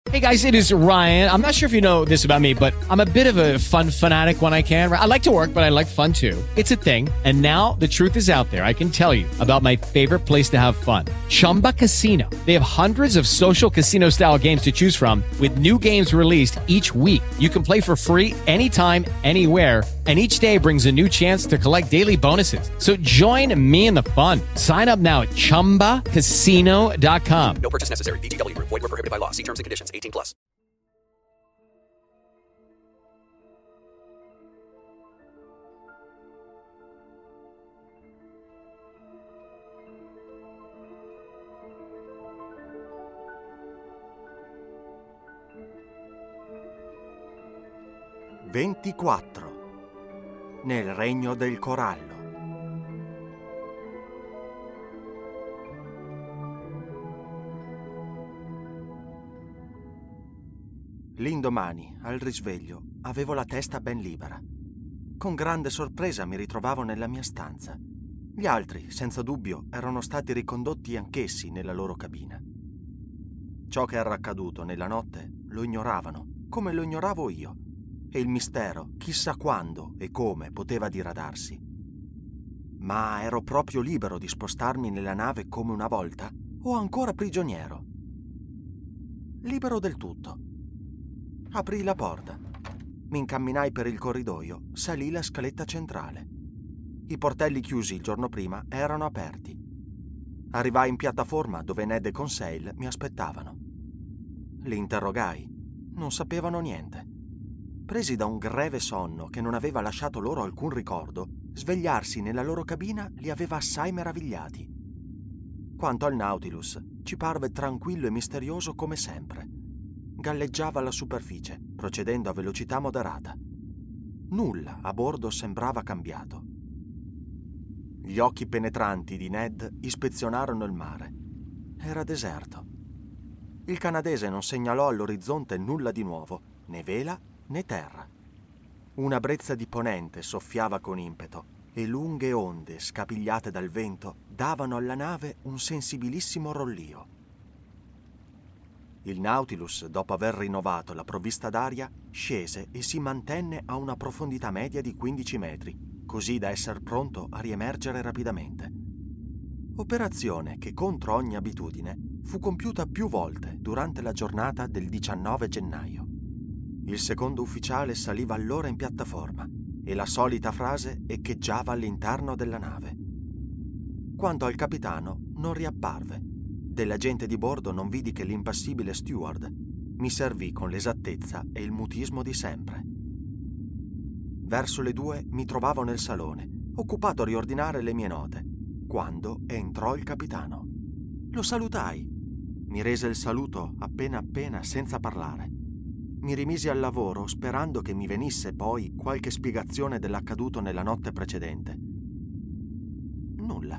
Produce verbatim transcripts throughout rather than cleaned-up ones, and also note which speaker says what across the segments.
Speaker 1: Hey guys, it is Ryan. I'm not sure if you know this about me, but I'm a bit of a fun fanatic when I can. I like to work, but I like fun too. It's a thing. And now the truth is out there. I can tell you about my favorite place to have fun. Chumba Casino. They have hundreds of social casino style games to choose from with new games released each week. You can play for free anytime, anywhere. And each day brings a new chance to collect daily bonuses. So join me in the fun. Sign up now at chumba casino dot com.
Speaker 2: No purchase necessary. V G W. Void where prohibited by law. See terms and conditions. eighteen plus.
Speaker 3: ventiquattro. Nel regno del corallo. L'indomani, al risveglio, avevo la testa ben libera. Con grande sorpresa mi ritrovavo nella mia stanza. Gli altri, senza dubbio, erano stati ricondotti anch'essi nella loro cabina. Ciò che era accaduto nella notte lo ignoravano, come lo ignoravo io, e il mistero, chissà quando e come, poteva diradarsi. Ma ero proprio libero di spostarmi nella nave come una volta, o ancora prigioniero? Libero del tutto. Aprii la porta, mi incamminai per il corridoio, salii la scaletta centrale. I portelli chiusi il giorno prima erano aperti. Arrivai in piattaforma dove Ned e Conseil mi aspettavano. Li interrogai. Non sapevano niente. Presi da un greve sonno che non aveva lasciato loro alcun ricordo, svegliarsi nella loro cabina li aveva assai meravigliati. Quanto al Nautilus, ci parve tranquillo e misterioso come sempre. Galleggiava alla superficie, procedendo a velocità moderata. Nulla a bordo sembrava cambiato. Gli occhi penetranti di Ned ispezionarono il mare. Era deserto. Il canadese non segnalò all'orizzonte nulla di nuovo, né vela né terra. Una brezza di ponente soffiava con impeto e lunghe onde scapigliate dal vento davano alla nave un sensibilissimo rollio. Il Nautilus, dopo aver rinnovato la provvista d'aria, scese e si mantenne a una profondità media di quindici metri, così da essere pronto a riemergere rapidamente. Operazione che, contro ogni abitudine, fu compiuta più volte durante la giornata del diciannove gennaio. Il secondo ufficiale saliva allora in piattaforma e la solita frase echeggiava all'interno della nave. Quanto al capitano, non riapparve. Della gente di bordo non vidi che l'impassibile steward. Mi servì con l'esattezza e il mutismo di sempre. Verso le due mi trovavo nel salone, occupato a riordinare le mie note, quando entrò il capitano. Lo salutai. Mi rese il saluto appena appena senza parlare. Mi rimisi al lavoro sperando che mi venisse poi qualche spiegazione dell'accaduto nella notte precedente. Nulla.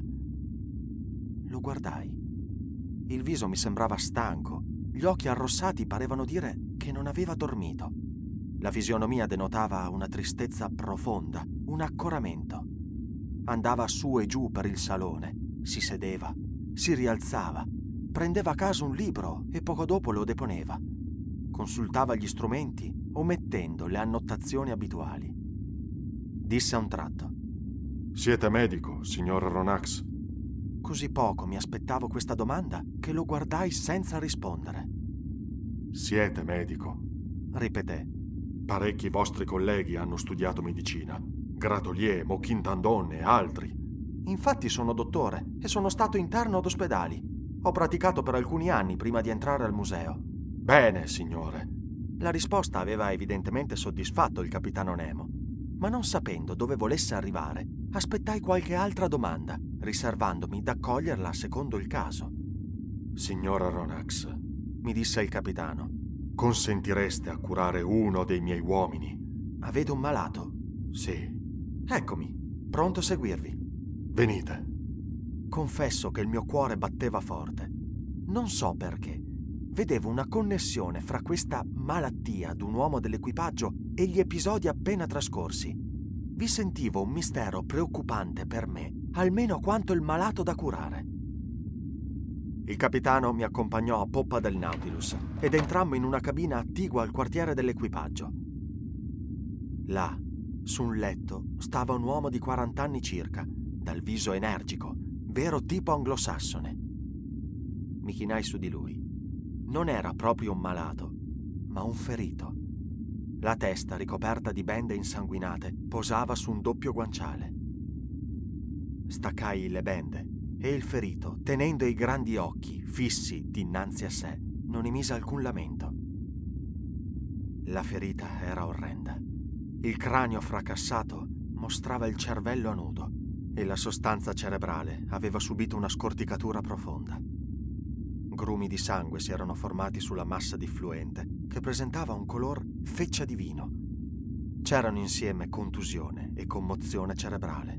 Speaker 3: Lo guardai. Il viso mi sembrava stanco, gli occhi arrossati parevano dire che non aveva dormito. La fisionomia denotava una tristezza profonda, un accoramento. Andava su e giù per il salone, si sedeva, si rialzava, prendeva a caso un libro e poco dopo lo deponeva. Consultava gli strumenti, omettendo le annotazioni abituali. Disse a un tratto:
Speaker 4: Siete medico, signor Aronnax?
Speaker 3: Così poco mi aspettavo questa domanda che lo guardai senza rispondere.
Speaker 4: Siete medico?
Speaker 3: Ripeté.
Speaker 4: Parecchi vostri colleghi hanno studiato medicina. Gratolier, Moquin-Tandon e altri.
Speaker 3: Infatti sono dottore e sono stato interno ad ospedali. Ho praticato per alcuni anni prima di entrare al museo.
Speaker 4: Bene, signore.
Speaker 3: La risposta aveva evidentemente soddisfatto il capitano Nemo, ma non sapendo dove volesse arrivare, aspettai qualche altra domanda, riservandomi d'accoglierla secondo il caso.
Speaker 4: Signor Aronnax,
Speaker 3: mi disse il capitano,
Speaker 4: consentireste a curare uno dei miei uomini?
Speaker 3: Avete un malato?
Speaker 4: Sì.
Speaker 3: Eccomi, pronto a seguirvi.
Speaker 4: Venite.
Speaker 3: Confesso che il mio cuore batteva forte. Non so perché. Vedevo una connessione fra questa malattia d'un uomo dell'equipaggio e gli episodi appena trascorsi. Vi sentivo un mistero preoccupante per me, almeno quanto il malato da curare. Il capitano mi accompagnò a poppa del Nautilus ed entrammo in una cabina attigua al quartiere dell'equipaggio. Là, su un letto, stava un uomo di quarant'anni circa, dal viso energico, vero tipo anglosassone. Mi chinai su di lui. Non era proprio un malato, ma un ferito. La testa, ricoperta di bende insanguinate, posava su un doppio guanciale. Staccai le bende e il ferito, tenendo i grandi occhi fissi dinanzi a sé, non emise alcun lamento. La ferita era orrenda. Il cranio fracassato mostrava il cervello a nudo e la sostanza cerebrale aveva subito una scorticatura profonda. Grumi di sangue si erano formati sulla massa diffluente, che presentava un color feccia di vino. C'erano insieme contusione e commozione cerebrale.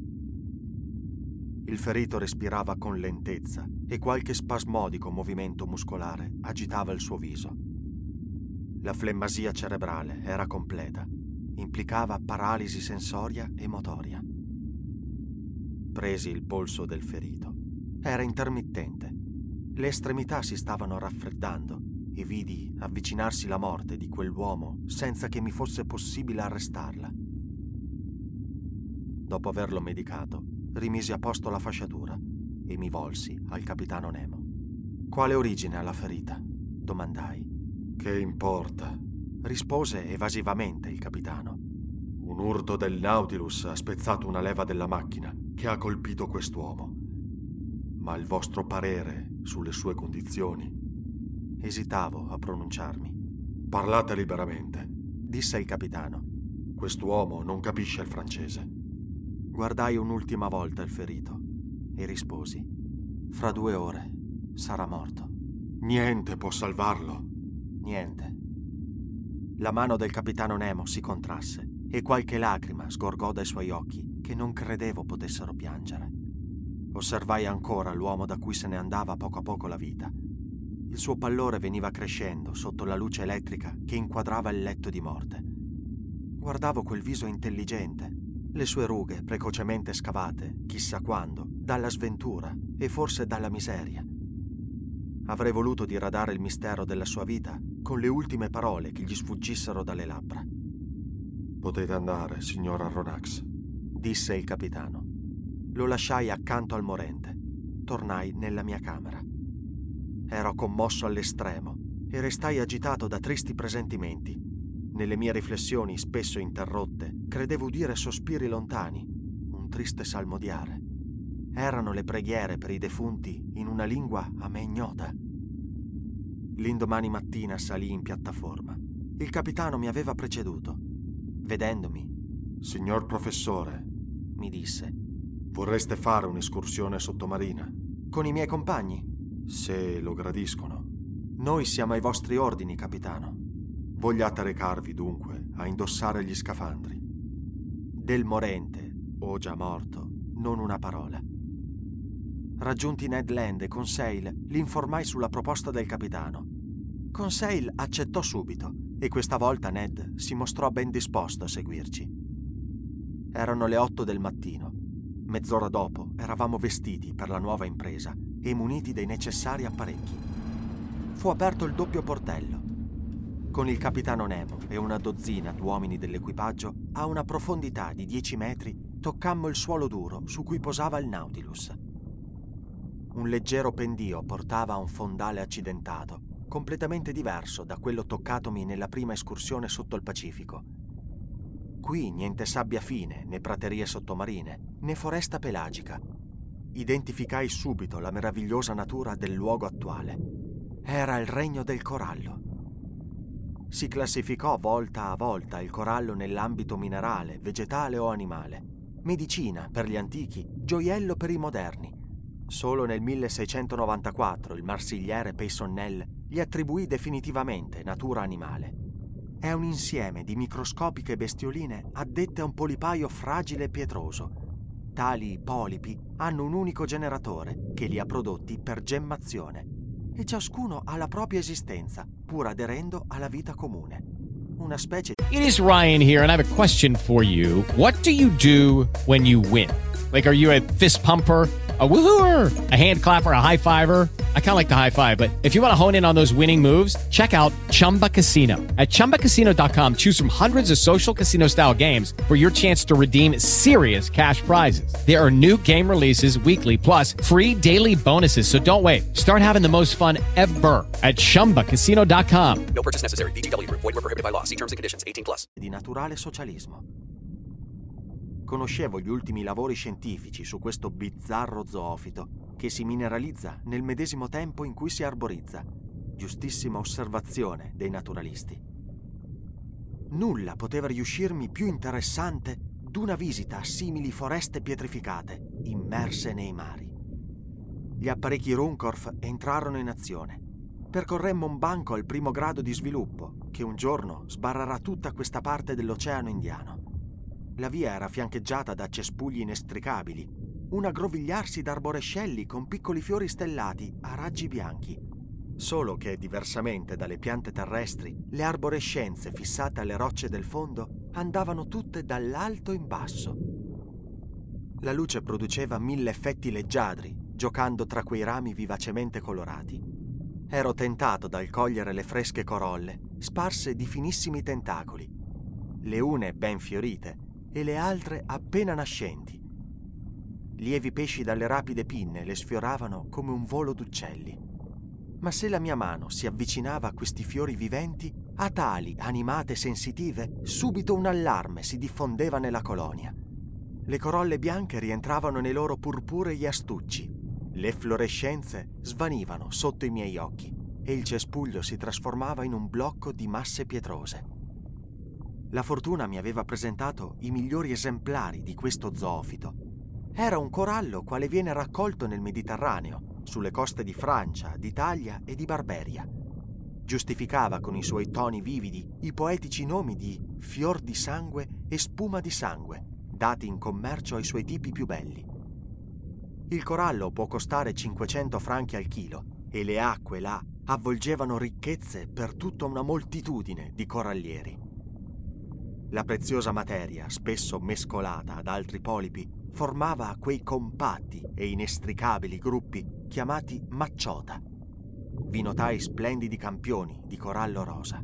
Speaker 3: Il ferito respirava con lentezza e qualche spasmodico movimento muscolare agitava il suo viso. La flemmasia cerebrale era completa, implicava paralisi sensoria e motoria. Presi il polso del ferito. Era intermittente. Le estremità si stavano raffreddando e vidi avvicinarsi la morte di quell'uomo senza che mi fosse possibile arrestarla. Dopo averlo medicato, rimisi a posto la fasciatura e mi volsi al capitano Nemo. «Quale origine ha la ferita?» domandai.
Speaker 4: «Che importa?»
Speaker 3: rispose evasivamente il capitano.
Speaker 4: «Un urto del Nautilus ha spezzato una leva della macchina che ha colpito quest'uomo. Ma il vostro parere sulle sue condizioni?»
Speaker 3: Esitavo a pronunciarmi.
Speaker 4: «Parlate liberamente»,
Speaker 3: disse il capitano.
Speaker 4: «Quest'uomo non capisce il francese».
Speaker 3: Guardai un'ultima volta il ferito e risposi: «Fra due ore sarà morto».
Speaker 4: «Niente può salvarlo».
Speaker 3: «Niente». La mano del capitano Nemo si contrasse e qualche lacrima sgorgò dai suoi occhi che non credevo potessero piangere. Osservai ancora l'uomo da cui se ne andava poco a poco la vita. Il suo pallore veniva crescendo sotto la luce elettrica che inquadrava il letto di morte. Guardavo quel viso intelligente, le sue rughe precocemente scavate, chissà quando, dalla sventura e forse dalla miseria. Avrei voluto diradare il mistero della sua vita con le ultime parole che gli sfuggissero dalle labbra.
Speaker 4: «Potete andare, signor Aronnax»,
Speaker 3: disse il capitano. Lo lasciai accanto al morente. Tornai nella mia camera. Ero commosso all'estremo e restai agitato da tristi presentimenti. Nelle mie riflessioni, spesso interrotte, credevo udire sospiri lontani, un triste salmodiare. Erano le preghiere per i defunti in una lingua a me ignota. L'indomani mattina salii in piattaforma. Il capitano mi aveva preceduto. Vedendomi:
Speaker 4: «Signor professore»,
Speaker 3: mi disse,
Speaker 4: «vorreste fare un'escursione sottomarina?»
Speaker 3: «Con i miei compagni?»
Speaker 4: «Se lo gradiscono».
Speaker 3: «Noi siamo ai vostri ordini, capitano».
Speaker 4: «Vogliate recarvi, dunque, a indossare gli scafandri?»
Speaker 3: Del morente, o già morto, non una parola. Raggiunti Ned Land e Conseil, li informai sulla proposta del capitano. Conseil accettò subito e questa volta Ned si mostrò ben disposto a seguirci. Erano le otto del mattino. Mezz'ora dopo eravamo vestiti per la nuova impresa e muniti dei necessari apparecchi. Fu aperto il doppio portello. Con il capitano Nemo e una dozzina d'uomini dell'equipaggio, a una profondità di dieci metri, toccammo il suolo duro su cui posava il Nautilus. Un leggero pendio portava a un fondale accidentato, completamente diverso da quello toccatomi nella prima escursione sotto il Pacifico. Qui niente sabbia fine, né praterie sottomarine, né foresta pelagica. Identificai subito la meravigliosa natura del luogo attuale. Era il regno del corallo. Si classificò volta a volta il corallo nell'ambito minerale, vegetale o animale, medicina per gli antichi, gioiello per i moderni. Solo nel milleseicentonovantaquattro il marsigliere Peysonnel gli attribuì definitivamente natura animale. È un insieme di microscopiche bestioline addette a un polipaio fragile e pietroso. Tali polipi hanno un unico generatore che li ha prodotti per gemmazione e ciascuno ha la propria esistenza, pur aderendo alla vita comune. Una specie...
Speaker 1: It is Ryan here, and I have a question for you. What do you do when you win? Like, are you a fist pumper? A woohooer, a hand clapper, a high fiver. I kind of like the high five, but if you want to hone in on those winning moves, check out Chumba Casino. At chumba casino dot com, choose from hundreds of social casino style games for your chance to redeem serious cash prizes. There are new game releases weekly, plus free daily bonuses. So don't wait. Start having the most fun ever at chumba casino dot com.
Speaker 2: No purchase necessary. V G W Group. Void where prohibited by law. See terms and conditions. eighteen plus.
Speaker 3: Di naturale socialismo. Conoscevo gli ultimi lavori scientifici su questo bizzarro zoofito che si mineralizza nel medesimo tempo in cui si arborizza. Giustissima osservazione dei naturalisti. Nulla poteva riuscirmi più interessante d'una visita a simili foreste pietrificate, immerse nei mari. Gli apparecchi Ruhmkorff entrarono in azione. Percorremmo un banco al primo grado di sviluppo che un giorno sbarrerà tutta questa parte dell'Oceano Indiano. La via era fiancheggiata da cespugli inestricabili, un aggrovigliarsi d'arborescelli con piccoli fiori stellati a raggi bianchi. Solo che, diversamente dalle piante terrestri, le arborescenze fissate alle rocce del fondo andavano tutte dall'alto in basso. La luce produceva mille effetti leggiadri, giocando tra quei rami vivacemente colorati. Ero tentato dal cogliere le fresche corolle, sparse di finissimi tentacoli, le une ben fiorite e le altre appena nascenti. Lievi pesci dalle rapide pinne le sfioravano come un volo d'uccelli. Ma se la mia mano si avvicinava a questi fiori viventi, a tali animate sensitive, subito un allarme si diffondeva nella colonia. Le corolle bianche rientravano nei loro purpurei astucci. Le efflorescenze svanivano sotto i miei occhi e il cespuglio si trasformava in un blocco di masse pietrose. La fortuna mi aveva presentato i migliori esemplari di questo zoofito. Era un corallo quale viene raccolto nel Mediterraneo, sulle coste di Francia, d'Italia e di Barberia. Giustificava con i suoi toni vividi i poetici nomi di fior di sangue e spuma di sangue, dati in commercio ai suoi tipi più belli. Il corallo può costare cinquecento franchi al chilo e le acque là avvolgevano ricchezze per tutta una moltitudine di corallieri. La preziosa materia, spesso mescolata ad altri polipi, formava quei compatti e inestricabili gruppi chiamati macciota. Vi notai splendidi campioni di corallo rosa.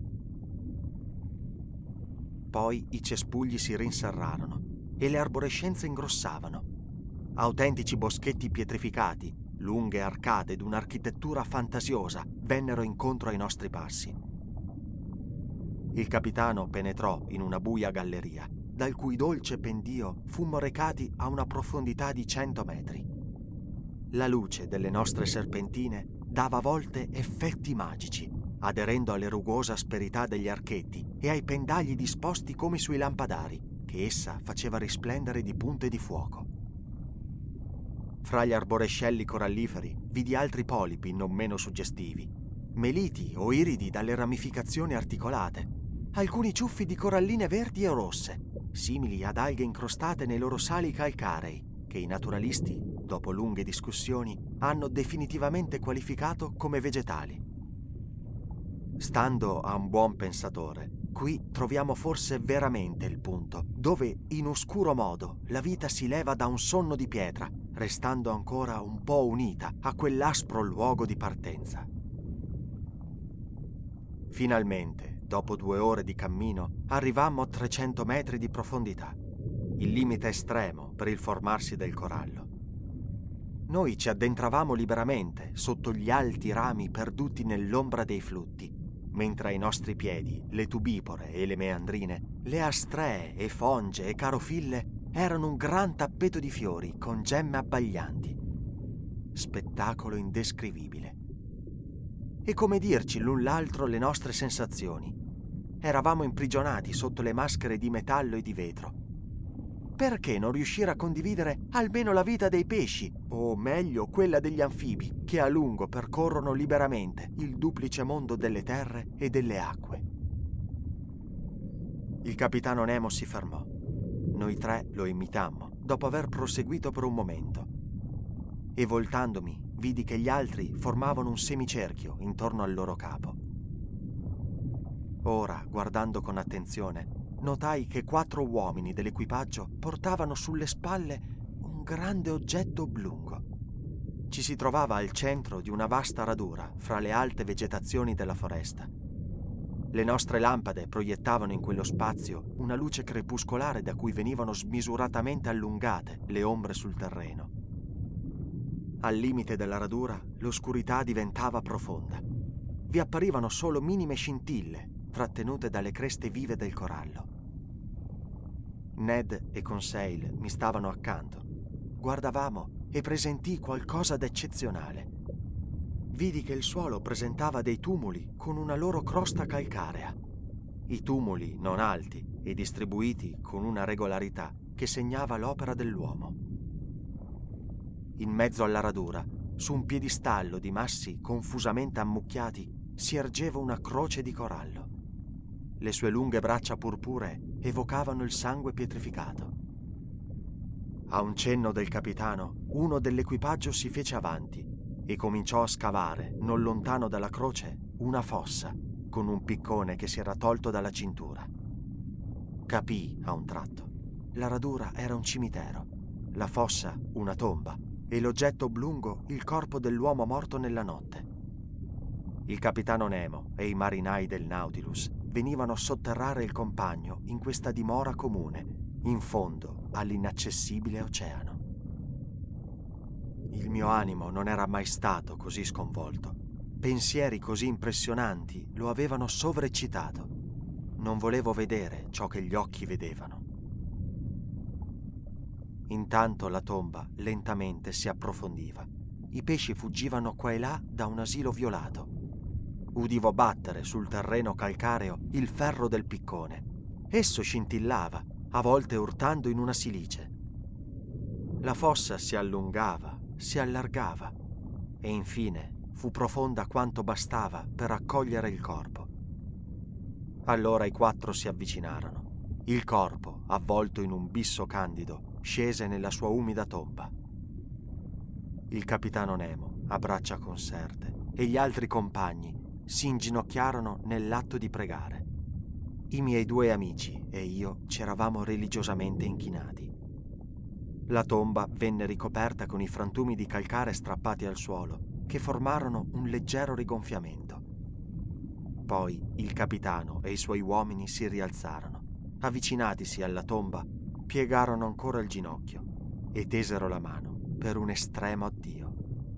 Speaker 3: Poi i cespugli si rinserrarono e le arborescenze ingrossavano. Autentici boschetti pietrificati, lunghe arcate d'un'architettura fantasiosa, vennero incontro ai nostri passi. Il capitano penetrò in una buia galleria, dal cui dolce pendio fummo recati a una profondità di cento metri. La luce delle nostre serpentine dava a volte effetti magici, aderendo alle rugose asperità degli archetti e ai pendagli disposti come sui lampadari, che essa faceva risplendere di punte di fuoco. Fra gli arborescelli coralliferi vidi altri polipi non meno suggestivi, meliti o iridi dalle ramificazioni articolate, alcuni ciuffi di coralline verdi e rosse, simili ad alghe incrostate nei loro sali calcarei, che i naturalisti, dopo lunghe discussioni, hanno definitivamente qualificato come vegetali. Stando a un buon pensatore, qui troviamo forse veramente il punto dove, in oscuro modo, la vita si leva da un sonno di pietra, restando ancora un po' unita a quell'aspro luogo di partenza. Finalmente, dopo due ore di cammino, arrivammo a trecento metri di profondità, il limite estremo per il formarsi del corallo. Noi ci addentravamo liberamente sotto gli alti rami perduti nell'ombra dei flutti, mentre ai nostri piedi le tubipore e le meandrine, le astree e fonge e carofille erano un gran tappeto di fiori con gemme abbaglianti. Spettacolo indescrivibile. E come dirci l'un l'altro le nostre sensazioni. Eravamo imprigionati sotto le maschere di metallo e di vetro. Perché non riuscire a condividere almeno la vita dei pesci, o meglio quella degli anfibi, che a lungo percorrono liberamente il duplice mondo delle terre e delle acque? Il capitano Nemo si fermò. Noi tre lo imitammo, dopo aver proseguito per un momento. E voltandomi, vidi che gli altri formavano un semicerchio intorno al loro capo. Ora, guardando con attenzione, notai che quattro uomini dell'equipaggio portavano sulle spalle un grande oggetto oblungo. ci si trovava al centro di una vasta radura fra le alte vegetazioni della foresta. Le nostre lampade proiettavano in quello spazio una luce crepuscolare da cui venivano smisuratamente allungate le ombre sul terreno. Al limite della radura l'oscurità diventava profonda. Vi apparivano solo minime scintille trattenute dalle creste vive del corallo. Ned e Conseil mi stavano accanto. Guardavamo e presentii qualcosa d'eccezionale. Vidi che il suolo presentava dei tumuli con una loro crosta calcarea. I tumuli non alti e distribuiti con una regolarità che segnava l'opera dell'uomo. In mezzo alla radura, su un piedistallo di massi confusamente ammucchiati, si ergeva una croce di corallo. Le sue lunghe braccia purpuree evocavano il sangue pietrificato. A un cenno del capitano, uno dell'equipaggio si fece avanti e cominciò a scavare, non lontano dalla croce, una fossa con un piccone che si era tolto dalla cintura. Capii a un tratto. La radura era un cimitero, la fossa una tomba e l'oggetto oblungo il corpo dell'uomo morto nella notte. Il capitano Nemo e i marinai del Nautilus venivano a sotterrare il compagno in questa dimora comune, in fondo all'inaccessibile oceano. Il mio animo non era mai stato così sconvolto. Pensieri così impressionanti lo avevano sovreccitato. Non volevo vedere ciò che gli occhi vedevano. Intanto la tomba lentamente si approfondiva. I pesci fuggivano qua e là da un asilo violato. Udivo battere sul terreno calcareo il ferro del piccone. Esso scintillava, a volte urtando in una silice. La fossa si allungava, si allargava e infine fu profonda quanto bastava per accogliere il corpo. Allora i quattro si avvicinarono. Il corpo, avvolto in un bisso candido, scese nella sua umida tomba. Il capitano Nemo, a braccia conserte, e gli altri compagni si inginocchiarono nell'atto di pregare. I miei due amici e io ci eravamo religiosamente inchinati. La tomba venne ricoperta con i frantumi di calcare strappati al suolo, che formarono un leggero rigonfiamento. Poi il capitano e i suoi uomini si rialzarono. Avvicinatisi alla tomba, piegarono ancora il ginocchio e tesero la mano per un estremo addio.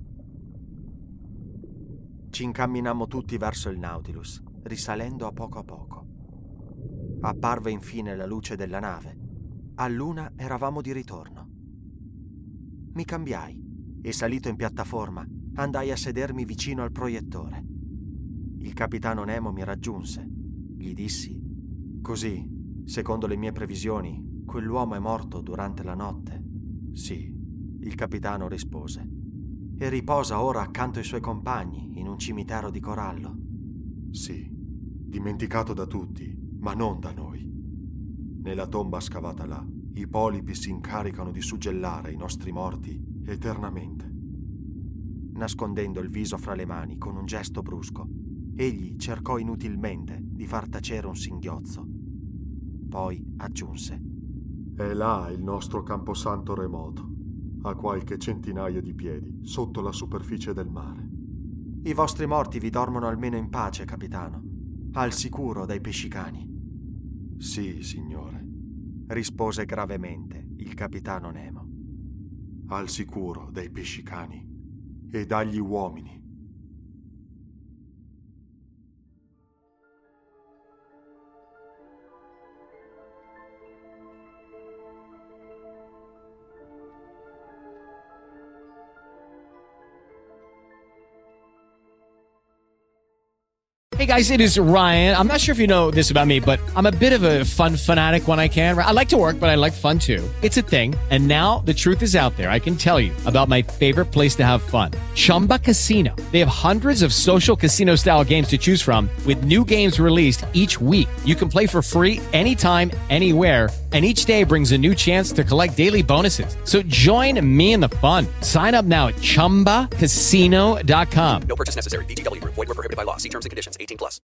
Speaker 3: Ci incamminammo tutti verso il Nautilus, risalendo a poco a poco. Apparve infine la luce della nave. A luna eravamo di ritorno. Mi cambiai e, salito in piattaforma, andai a sedermi vicino al proiettore. Il capitano Nemo mi raggiunse. Gli dissi: «Così, secondo le mie previsioni, quell'uomo è morto durante la notte?» «Sì», il capitano rispose. «E riposa ora accanto ai suoi compagni in un cimitero di corallo?»
Speaker 4: «Sì, dimenticato da tutti, ma non da noi. Nella tomba scavata là, i polipi si incaricano di suggellare i nostri morti eternamente».
Speaker 3: Nascondendo il viso fra le mani con un gesto brusco, egli cercò inutilmente di far tacere un singhiozzo. Poi aggiunse:
Speaker 4: «È là il nostro camposanto remoto, a qualche centinaia di piedi sotto la superficie del mare».
Speaker 3: «I vostri morti vi dormono almeno in pace, capitano, al sicuro dai pescicani».
Speaker 4: «Sì, signore»,
Speaker 3: rispose gravemente il capitano Nemo.
Speaker 4: «Al sicuro dai pescicani e dagli uomini».
Speaker 1: Hey guys, it is Ryan. I'm not sure if you know this about me, but I'm a bit of a fun fanatic when I can. I like to work, but I like fun too. It's a thing. And now the truth is out there. I can tell you about my favorite place to have fun. Chumba Casino. They have hundreds of social casino style games to choose from with new games released each week. You can play for free anytime, anywhere. And each day brings a new chance to collect daily bonuses. So join me in the fun. Sign up now at chumba casino dot com.
Speaker 2: No purchase necessary. V G W Group. Void where prohibited by law. See terms and conditions. eighteen plus.